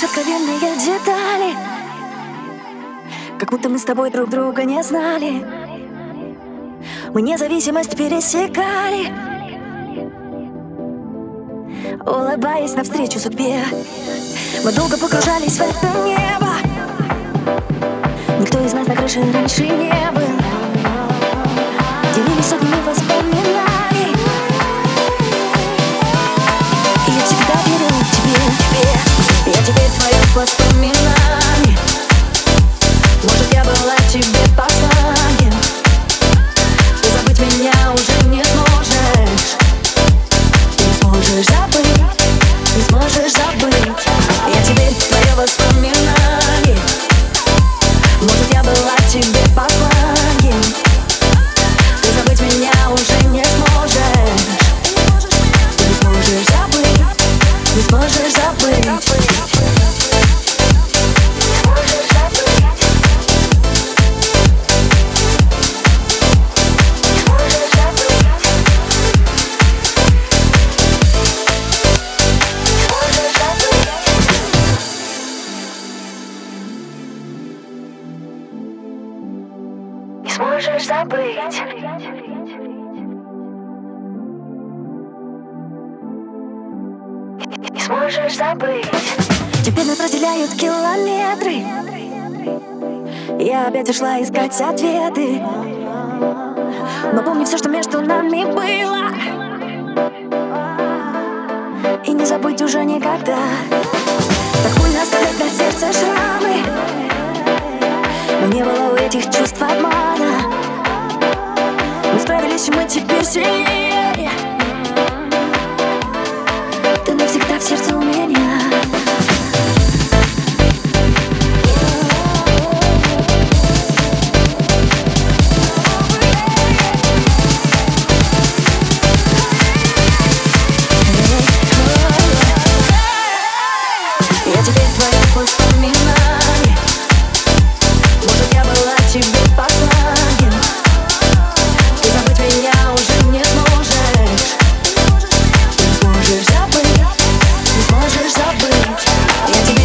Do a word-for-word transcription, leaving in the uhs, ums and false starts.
откровенные детали, как будто мы с тобой друг друга не знали. Мы независимость пересекали, улыбаясь навстречу судьбе. Мы долго погружались в это небо. Никто из нас на крыше раньше не был. Делились сотнями воспоминаний, и я всегда верил тебе, тебе. Я теперь твое воспоминание. Может, я была тебе посланием. Ты забыть меня уже не сможешь. Ты не сможешь забыть, не сможешь забыть. Я теперь твое воспоминание. Может, я была тебе посланием. Ты забыть меня уже не сможешь. Ты не сможешь забыть, не сможешь забыть. Сможешь забыть. Не сможешь забыть. Теперь нас разделяют километры. Я опять ушла искать ответы, но помню все, что между нами было, и не забыть уже никогда. Так больно оставлять на сердце шрамы. Но не было у этих чувств обмана. Мы справились, и мы теперь сильнее. Ты навсегда в сердце у меня. Я теперь твое воспоминание. Может, я была тебе посланием. Ты забыть меня уже не сможешь. Ты не сможешь забыть, не сможешь забыть. Я тебе